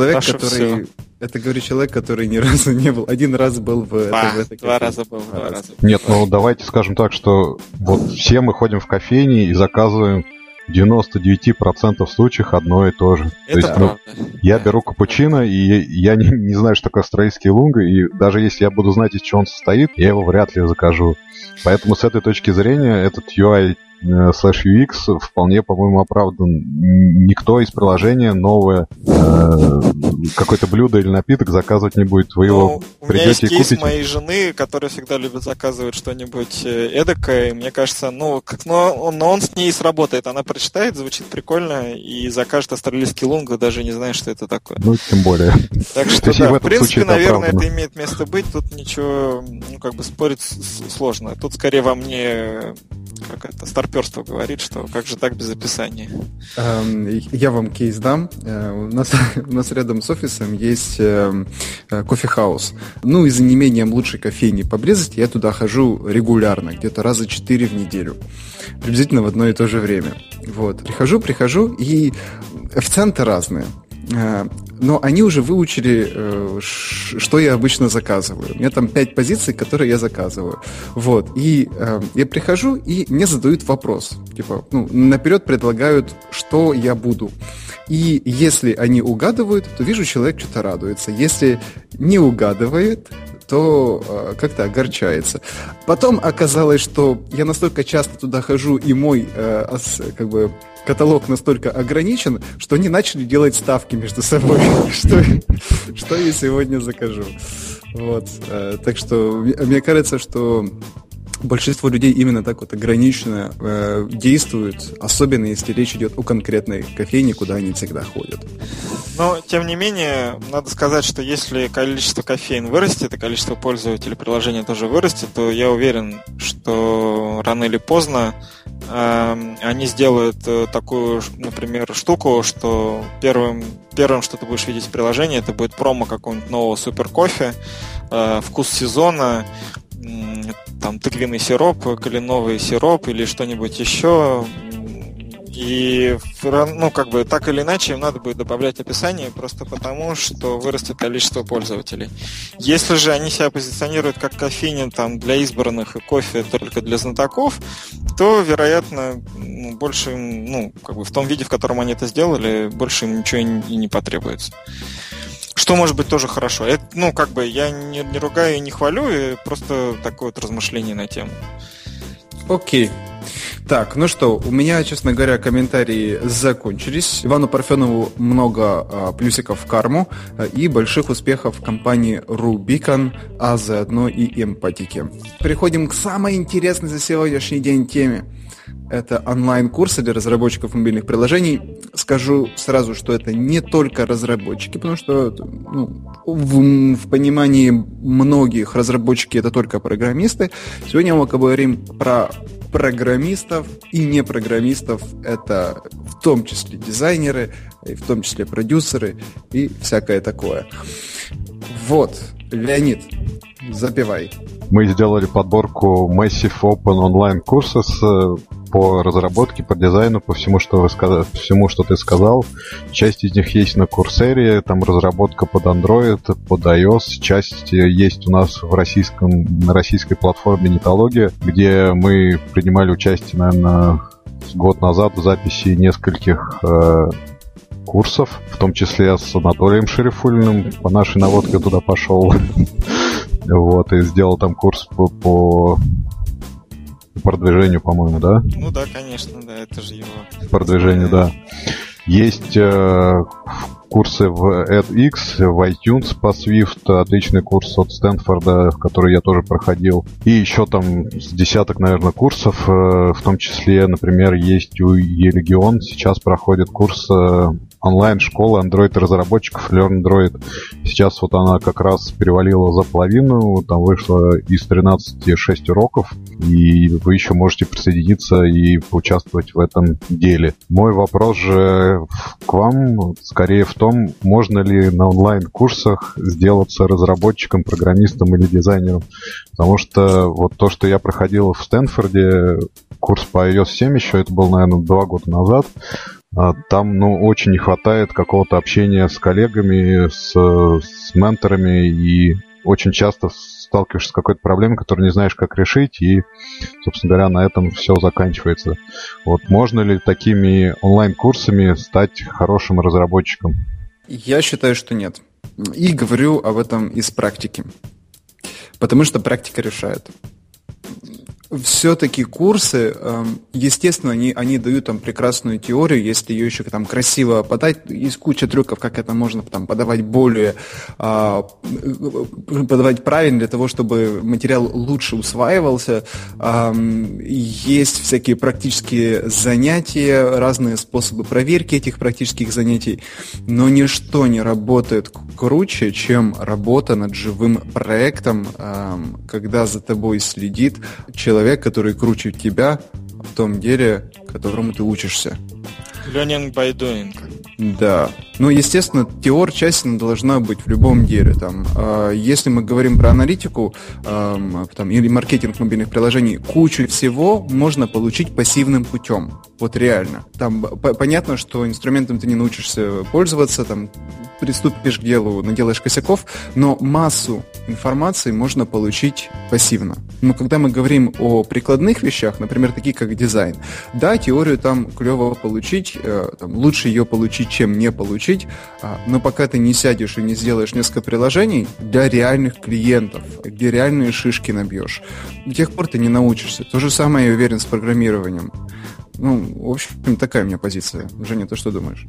S1: человек, который ни разу не был. Один раз был в этой
S2: два раза был.
S3: Нет, давайте скажем так, что вот все мы ходим в кофейни и заказываем в 99% случаев одно и то же.
S2: Это правда.
S3: Я беру капучино, и я не знаю, что такое австралийский лунго, и даже если я буду знать, из чего он состоит, я его вряд ли закажу. Поэтому с этой точки зрения этот UI UI/UX вполне, по-моему, оправдан. Никто из приложения новое какое-то блюдо или напиток заказывать не будет. Вы его придете и купите. У меня есть кейс
S2: моей жены, которая всегда любит заказывать что-нибудь эдакое, и мне кажется, но он с ней сработает. Она прочитает, звучит прикольно, и закажет австралийский лунг, даже не знает, что это такое.
S3: Ну, тем более.
S2: Так что, да, в принципе, наверное, это имеет место быть. Тут ничего, спорить сложно. Тут скорее во мне старперство говорит, что как же так без описания.
S1: Я вам кейс дам. У нас рядом с офисом есть кофе-хаус. Из-за неимения лучшей кофейни поблизости я туда хожу регулярно, где-то раза 4 в неделю. Приблизительно в одно и то же время. Вот. Прихожу, и официанты разные. Но они уже выучили, что я обычно заказываю. У меня там 5 позиций, которые я заказываю. Вот. И я прихожу, и мне задают вопрос. Наперед предлагают, что я буду. И если они угадывают, то вижу, человек что-то радуется. Если не угадывает, то как-то огорчается. Потом оказалось, что я настолько часто туда хожу, и мой каталог настолько ограничен, что они начали делать ставки между собой, что я сегодня закажу. Вот. Так что мне кажется, что большинство людей именно так вот ограниченно действуют, особенно если речь идет о конкретной кофейне, куда они всегда ходят.
S2: Но, тем не менее, надо сказать, что если количество кофеин вырастет, и количество пользователей приложения тоже вырастет, то я уверен, что рано или поздно они сделают такую, например, штуку, что первым, что ты будешь видеть в приложении, это будет промо какого-нибудь нового суперкофе, вкус сезона, там тыквенный сироп, кленовый сироп или что-нибудь еще. И, так или иначе, им надо будет добавлять описание просто потому, что вырастет количество пользователей. Если же они себя позиционируют как кофейня для избранных и кофе только для знатоков, то, вероятно, больше им, в том виде, в котором они это сделали, больше им ничего и не потребуется. Что может быть тоже хорошо. Это, я не ругаю и не хвалю, и просто такое вот размышление на тему.
S1: Окей. Так, у меня, честно говоря, комментарии закончились. Ивану Парфенову много плюсиков в карму и больших успехов в компании Rubicon, а заодно и эмпатике. Переходим к самой интересной за сегодняшний день теме. Это онлайн-курсы для разработчиков мобильных приложений. Скажу сразу, что это не только разработчики, потому что в понимании многих разработчики это только программисты. Сегодня мы поговорим про программистов и непрограммистов. Это в том числе дизайнеры, и в том числе продюсеры и всякое такое. Вот, Леонид, запевай.
S3: Мы сделали подборку Massive Open Online Courses по разработке, по дизайну, по всему, что ты сказал. Часть из них есть на Coursera, там разработка под Android, под iOS. Часть есть у нас на российской платформе Нетология, где мы принимали участие, наверное, год назад в записи нескольких курсов, в том числе с Анатолием Шерифуллиным. По нашей наводке туда пошел. Вот, и сделал там курс по продвижению, по-моему, да?
S2: Ну да, конечно, да, это же его.
S3: Продвижению, да. Есть курсы в edX, в iTunes по Swift, отличный курс от Стэнфорда, который я тоже проходил. И еще там с десяток, наверное, курсов, в том числе, например, есть у eLegion. Сейчас проходит курс онлайн-школы Android-разработчиков LearnDroid. Сейчас вот она как раз перевалила за половину, там вышло из 13 6 уроков, и вы еще можете присоединиться и поучаствовать в этом деле. Мой вопрос же к вам скорее в том, можно ли на онлайн-курсах сделаться разработчиком, программистом или дизайнером. Потому что вот то, что я проходил в Стэнфорде, курс по iOS 7 еще, это был, наверное, 2 года назад, там, очень не хватает какого-то общения с коллегами, с менторами, и очень часто сталкиваешься с какой-то проблемой, которую не знаешь, как решить, и, собственно говоря, на этом все заканчивается. Вот можно ли такими онлайн-курсами стать хорошим разработчиком?
S1: Я считаю, что нет. И говорю об этом из практики. Потому что практика решает. Все-таки курсы, естественно, они дают там прекрасную теорию, если ее еще там красиво подать. Есть куча трюков, как это можно там подавать подавать правильно для того, чтобы материал лучше усваивался. Есть всякие практические занятия, разные способы проверки этих практических занятий, но ничто не работает круче, чем работа над живым проектом, когда за тобой следит человек, который круче тебя в том деле, которому ты учишься.
S2: Learning by doing.
S1: Да. Ну, естественно, часть должна быть в любом деле. Если мы говорим про аналитику или маркетинг мобильных приложений, кучу всего можно получить пассивным путем. Вот реально. Там понятно, что инструментом ты не научишься пользоваться, приступишь к делу, наделаешь косяков, но массу информации можно получить пассивно. Но когда мы говорим о прикладных вещах, например, такие как дизайн, да, теорию там клево получить, лучше ее получить, чем не получить, но пока ты не сядешь и не сделаешь несколько приложений для реальных клиентов, где реальные шишки набьешь, до тех пор ты не научишься. То же самое, я уверен, с программированием. В общем, такая у меня позиция. Женя, ты что думаешь?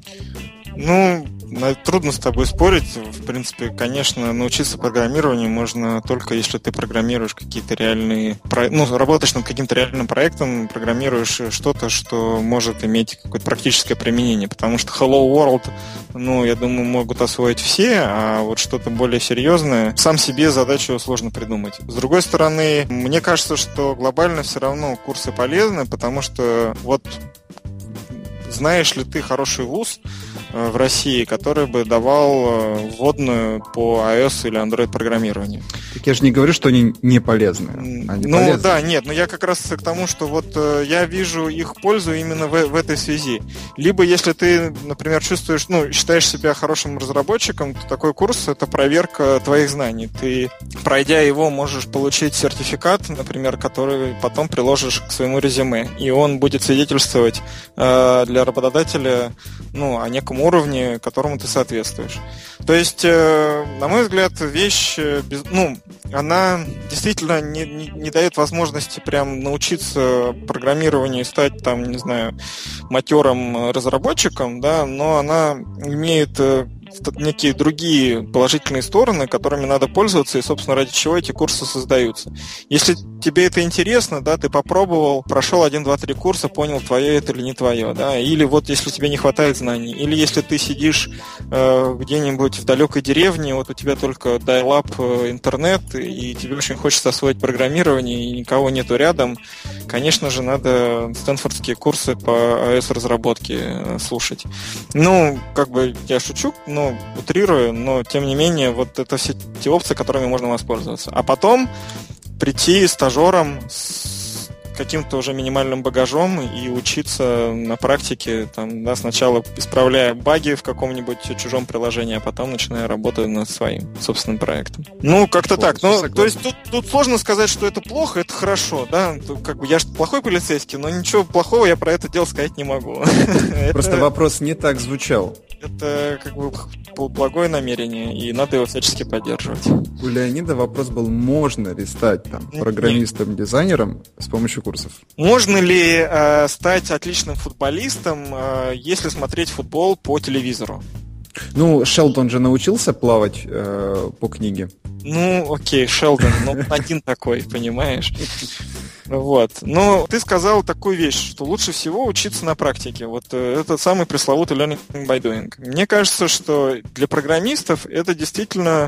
S2: Трудно с тобой спорить. В принципе, конечно, научиться программированию можно только если ты программируешь какие-то реальные... работаешь над каким-то реальным проектом, программируешь что-то, что может иметь какое-то практическое применение. Потому что Hello World, я думаю, могут освоить все, а вот что-то более серьезное, сам себе задачу сложно придумать. С другой стороны, мне кажется, что глобально все равно курсы полезны, потому что знаешь ли ты хороший вуз в России, который бы давал вводную по iOS или Android программированию?
S1: Так я же не говорю, что они не полезны.
S2: Я как раз к тому, что я вижу их пользу именно в этой связи. Либо если ты, например, считаешь себя хорошим разработчиком, то такой курс — это проверка твоих знаний. Ты, пройдя его, можешь получить сертификат, например, который потом приложишь к своему резюме, и он будет свидетельствовать для работодателя о неком уровне, которому ты соответствуешь. То есть, на мой взгляд, вещь, она действительно не дает возможности прям научиться программированию и стать, матерым разработчиком, да, но она имеет некие другие положительные стороны, которыми надо пользоваться, и, собственно, ради чего эти курсы создаются. Если тебе это интересно, да, ты попробовал, прошел 1, 2, 3 курса, понял, твое это или не твое, да, или если тебе не хватает знаний, или если ты сидишь где-нибудь в далекой деревне, у тебя только dial-up интернет, и тебе очень хочется освоить программирование, и никого нету рядом, конечно же, надо стэнфордские курсы по iOS-разработке слушать. Я шучу, утрирую, но тем не менее, это все те опции, которыми можно воспользоваться. А потом прийти стажером с каким-то уже минимальным багажом и учиться на практике, сначала исправляя баги в каком-нибудь чужом приложении, а потом начиная работать над своим собственным проектом. Как-то так. То есть тут сложно сказать, что это плохо, это хорошо, да? Я же плохой полицейский, но ничего плохого я про это дело сказать не могу.
S1: Просто вопрос не так звучал.
S2: Это благое намерение, и надо его всячески поддерживать.
S1: У Леонида вопрос был, можно ли стать программистом-дизайнером с помощью курсов?
S2: Можно ли стать отличным футболистом, если смотреть футбол по телевизору?
S1: Шелдон же научился плавать по книге.
S2: Окей, Шелдон, один такой, понимаешь? Но ты сказал такую вещь, что лучше всего учиться на практике. Это самый пресловутый learning by doing. Мне кажется, что для программистов это действительно,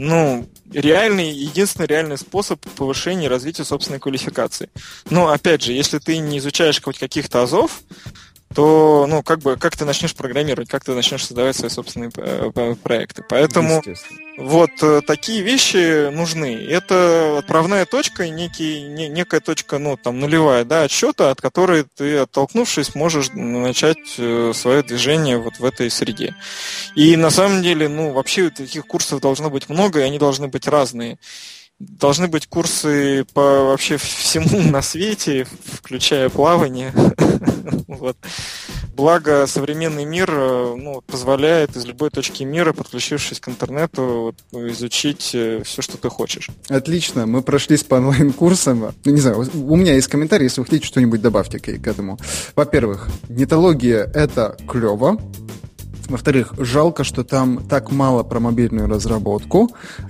S2: единственный реальный способ повышения и развития собственной квалификации. Но, опять же, если ты не изучаешь хоть каких-то азов, то, как ты начнешь программировать, как ты начнешь создавать свои собственные проекты. Поэтому такие вещи нужны. Это отправная точка, некая точка, нулевая, да, отсчета, от которой ты, оттолкнувшись, можешь начать свое движение в этой среде. И на самом деле, вообще таких курсов должно быть много, и они должны быть разные. Должны быть курсы по вообще всему на свете, включая плавание. Благо, современный мир позволяет из любой точки мира, подключившись к интернету, изучить все, что ты хочешь.
S1: Отлично, мы прошлись по онлайн-курсам. Не знаю, у меня есть комментарий, если вы хотите что-нибудь добавьте к этому. Во-первых, нетология — это клево. Во-вторых, жалко, что там так мало про мобильную разработку.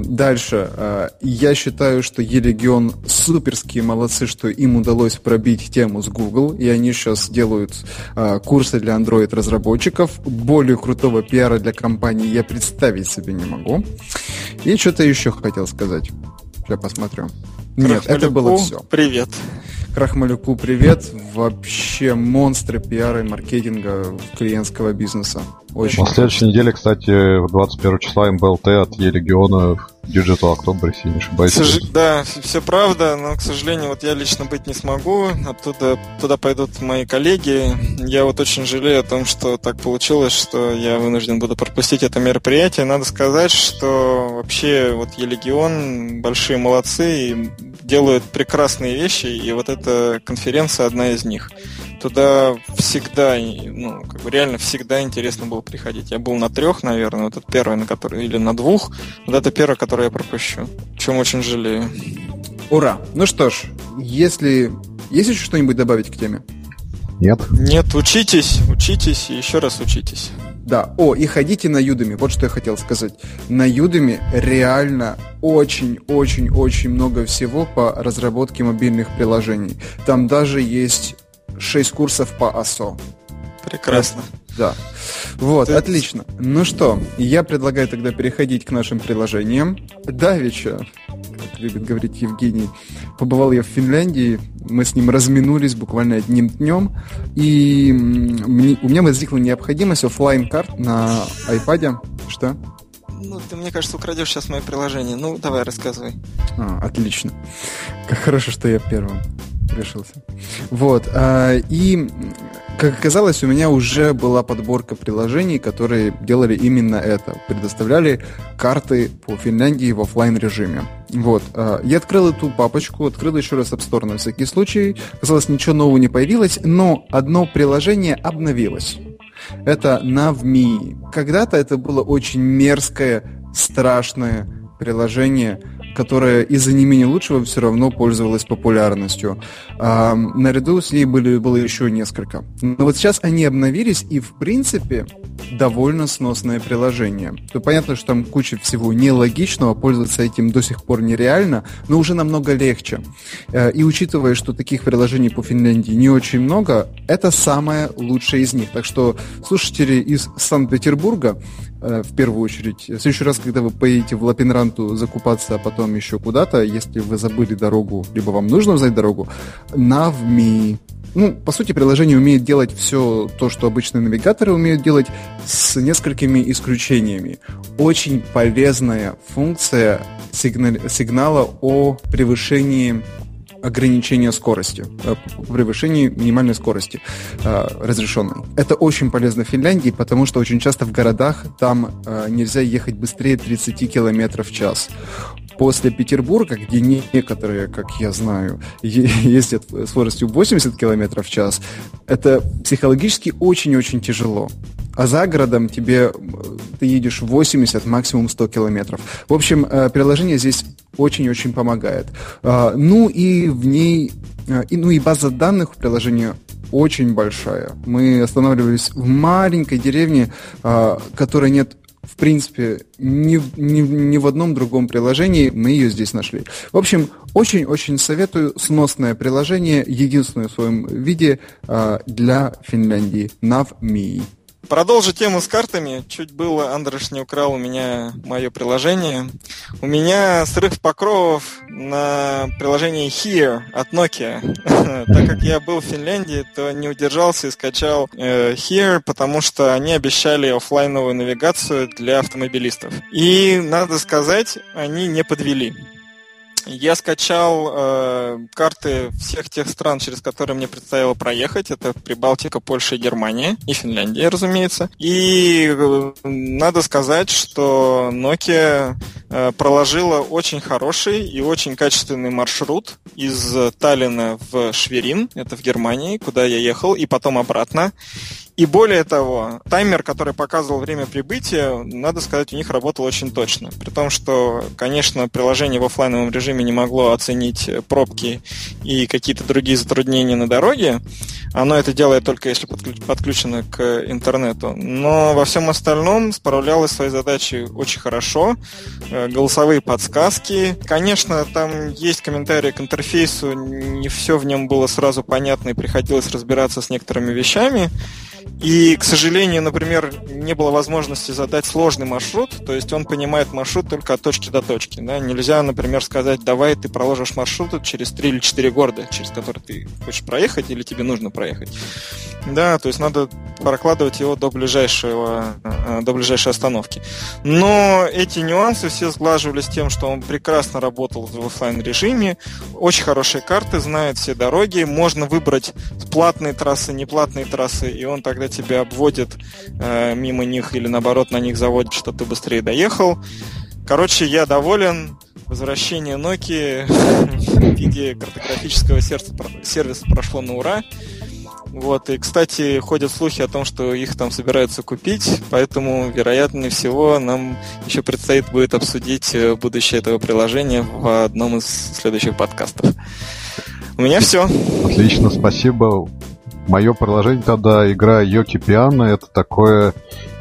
S1: Дальше, я считаю, что Елегион суперские молодцы, что им удалось пробить тему с Google, и они сейчас делают курсы для Android-разработчиков. Более крутого пиара для компании я представить себе не могу. И что-то еще хотел сказать. Сейчас посмотрю. Нет, это было все.
S2: Привет.
S1: Крахмалюку привет. Вообще монстры пиара и маркетинга клиентского бизнеса. Очень.
S3: На следующей неделе, кстати, 21 числа МБЛТ от Елегиона в Digital October, если не ошибаюсь.
S2: Да, все правда, но, к сожалению, я лично быть не смогу. Туда пойдут мои коллеги. Я очень жалею о том, что так получилось, что я вынужден буду пропустить это мероприятие. Надо сказать, что вообще Елегион большие молодцы и делают прекрасные вещи, и эта конференция одна из них. Туда всегда, реально всегда интересно было приходить. Я был на 3, наверное, это первый, или на 2, это первый, который я пропущу. В чем очень жалею.
S1: Ура! Ну что ж, есть еще что-нибудь добавить к теме?
S3: Нет.
S2: Нет, учитесь и еще раз учитесь.
S1: Да, и ходите на Udemy, вот что я хотел сказать. На Udemy реально очень-очень-очень много всего по разработке мобильных приложений. Там даже есть 6 курсов по ASO.
S2: Прекрасно.
S1: Да. Отлично. Ну что, я предлагаю тогда переходить к нашим приложениям. Давеча, как любит говорить Евгений, побывал я в Финляндии, мы с ним разминулись буквально одним днем, и у меня возникла необходимость офлайн-карт на iPad. Что?
S2: Ты, мне кажется, украдешь сейчас мое приложение. Давай, рассказывай.
S1: Отлично. Как хорошо, что я первым решился. И, как оказалось, у меня уже была подборка приложений, которые делали именно это. Предоставляли карты по Финляндии в офлайн режиме. Я открыл эту папочку, открыл еще раз App Store на всякий случай. Оказалось, ничего нового не появилось, но одно приложение обновилось. Это NavMe. Когда-то это было очень мерзкое, страшное приложение, которое из-за не менее лучшего все равно пользовалось популярностью. Наряду с ней было еще несколько. Но сейчас они обновились, и в принципе довольно сносное приложение. То понятно, что там куча всего нелогичного, пользоваться этим до сих пор нереально, но уже намного легче. И учитывая, что таких приложений по Финляндии не очень много, это самое лучшее из них. Так что слушатели из Санкт-Петербурга, в первую очередь, в следующий раз, когда вы поедете в Лапинранту закупаться, а потом еще куда-то, если вы забыли дорогу, либо вам нужно узнать дорогу, NavMe. По сути, приложение умеет делать все то, что обычные навигаторы умеют делать, с несколькими исключениями. Очень полезная функция сигнала о превышении ограничения скорости, превышении минимальной скорости разрешенной. Это очень полезно в Финляндии, потому что очень часто в городах там нельзя ехать быстрее 30 км в час. После Петербурга, где некоторые, как я знаю, ездят с скоростью 80 км в час, это психологически очень-очень тяжело. А за городом ты едешь 80, максимум 100 километров. В общем, приложение здесь очень-очень помогает. И в ней, и база данных у приложения очень большая. Мы останавливались в маленькой деревне, которой нет, в принципе, ни в одном другом приложении. Мы ее здесь нашли. В общем, очень-очень советую. Сносное приложение, единственное в своем виде для Финляндии. NavMe.
S2: Продолжу тему с картами. Чуть было Андрош не украл у меня мое приложение. У меня срыв покровов на приложении Here от Nokia. Так как я был в Финляндии, то не удержался и скачал Here, потому что они обещали офлайновую навигацию для автомобилистов. И, надо сказать, они не подвели. Я скачал карты всех тех стран, через которые мне предстояло проехать. Это Прибалтика, Польша и Германия. И Финляндия, разумеется. И надо сказать, что Nokia проложила очень хороший и очень качественный маршрут из Таллина в Шверин, это в Германии, куда я ехал, и потом обратно. И более того, таймер, который показывал время прибытия, надо сказать, у них работал очень точно. При том, что, конечно, приложение в офлайновом режиме не могло оценить пробки и какие-то другие затруднения на дороге. Оно это делает только если подключено к интернету. Но во всем остальном справлялось своей задачей очень хорошо. Голосовые подсказки. Конечно, там есть комментарии к интерфейсу. Не все в нем было сразу понятно, и приходилось разбираться с некоторыми вещами. И, к сожалению, например, не было возможности задать сложный маршрут, то есть он понимает маршрут только от точки до точки. Да? Нельзя, например, сказать, давай ты проложишь маршрут через 3 или 4 города, через которые ты хочешь проехать или тебе нужно проехать. Да, то есть надо прокладывать его до ближайшей остановки. Но эти нюансы все сглаживались тем, что он прекрасно работал в офлайн-режиме, очень хорошие карты, знает все дороги, можно выбрать платные трассы, неплатные трассы, и он тогда тебя обводит мимо них или наоборот на них заводит, чтобы ты быстрее доехал. Короче, я доволен. Возвращение Nokia в виде картографического сервиса прошло на ура. Вот, и, кстати, ходят слухи о том, что их там собираются купить, поэтому, вероятнее всего, нам еще предстоит будет обсудить будущее этого приложения в одном из следующих подкастов. У меня все. Отлично,
S3: спасибо. Мое приложение тогда игра Yoki Piano. Это такое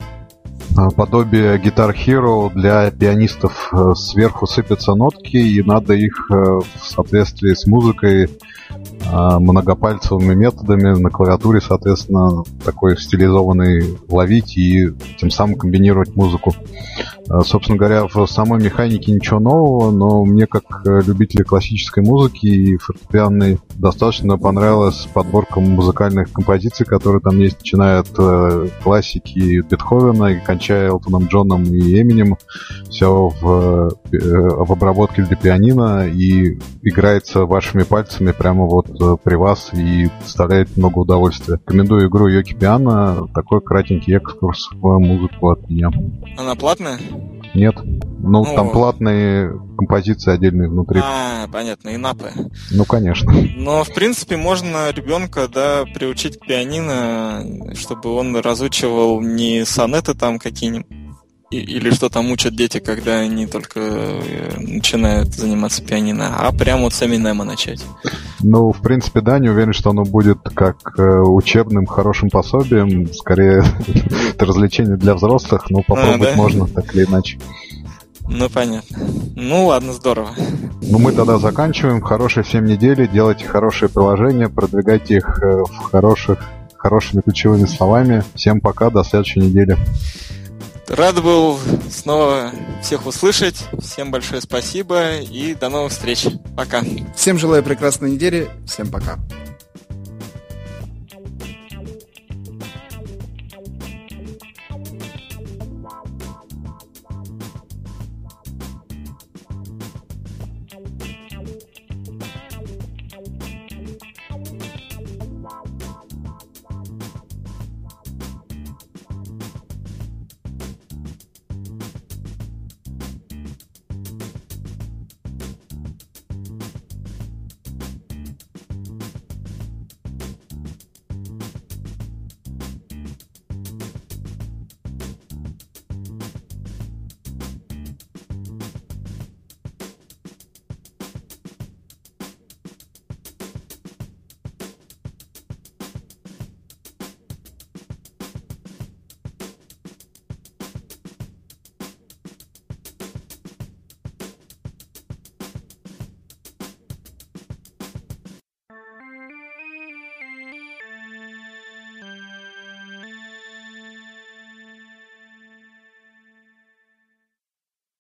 S3: подобие Guitar Hero для пианистов. Сверху сыпятся нотки, и надо их в соответствии с музыкой многопальцевыми методами на клавиатуре, соответственно, такой стилизованный ловить и тем самым комбинировать музыку. Собственно говоря, в самой механике ничего нового, но мне, как любителю классической музыки и фортепианной, достаточно понравилась подборка музыкальных композиций, которые там есть, начиная от классики Бетховена и кончая Элтоном Джоном и Эминем. Все в обработке для пианино и играется вашими пальцами прямо вот при вас и доставляет много удовольствия. Рекомендую игру Yoki Piano. Такой кратенький экскурс в музыку от меня.
S2: Она платная?
S3: Нет. Ну, там платные композиции отдельные внутри.
S2: Понятно, инапы.
S3: Ну, конечно.
S2: Но, в принципе, можно ребенка, да, приучить к пианино, чтобы он разучивал не сонеты там какие-нибудь, или что там учат дети, когда они только начинают заниматься пианино, а прямо вот с Эминема начать.
S3: Ну, в принципе, да, не уверен, что оно будет как учебным хорошим пособием. Скорее, это развлечение для взрослых, но попробовать можно так или иначе.
S2: Ну, понятно. Ну, ладно, здорово.
S3: Ну, мы тогда заканчиваем. Хорошей всем недели. Делайте хорошие приложения, продвигайте их хорошими ключевыми словами. Всем пока, до следующей недели.
S2: Рад был снова всех услышать. Всем большое спасибо и до новых встреч. Пока.
S1: Всем желаю прекрасной недели. Всем пока.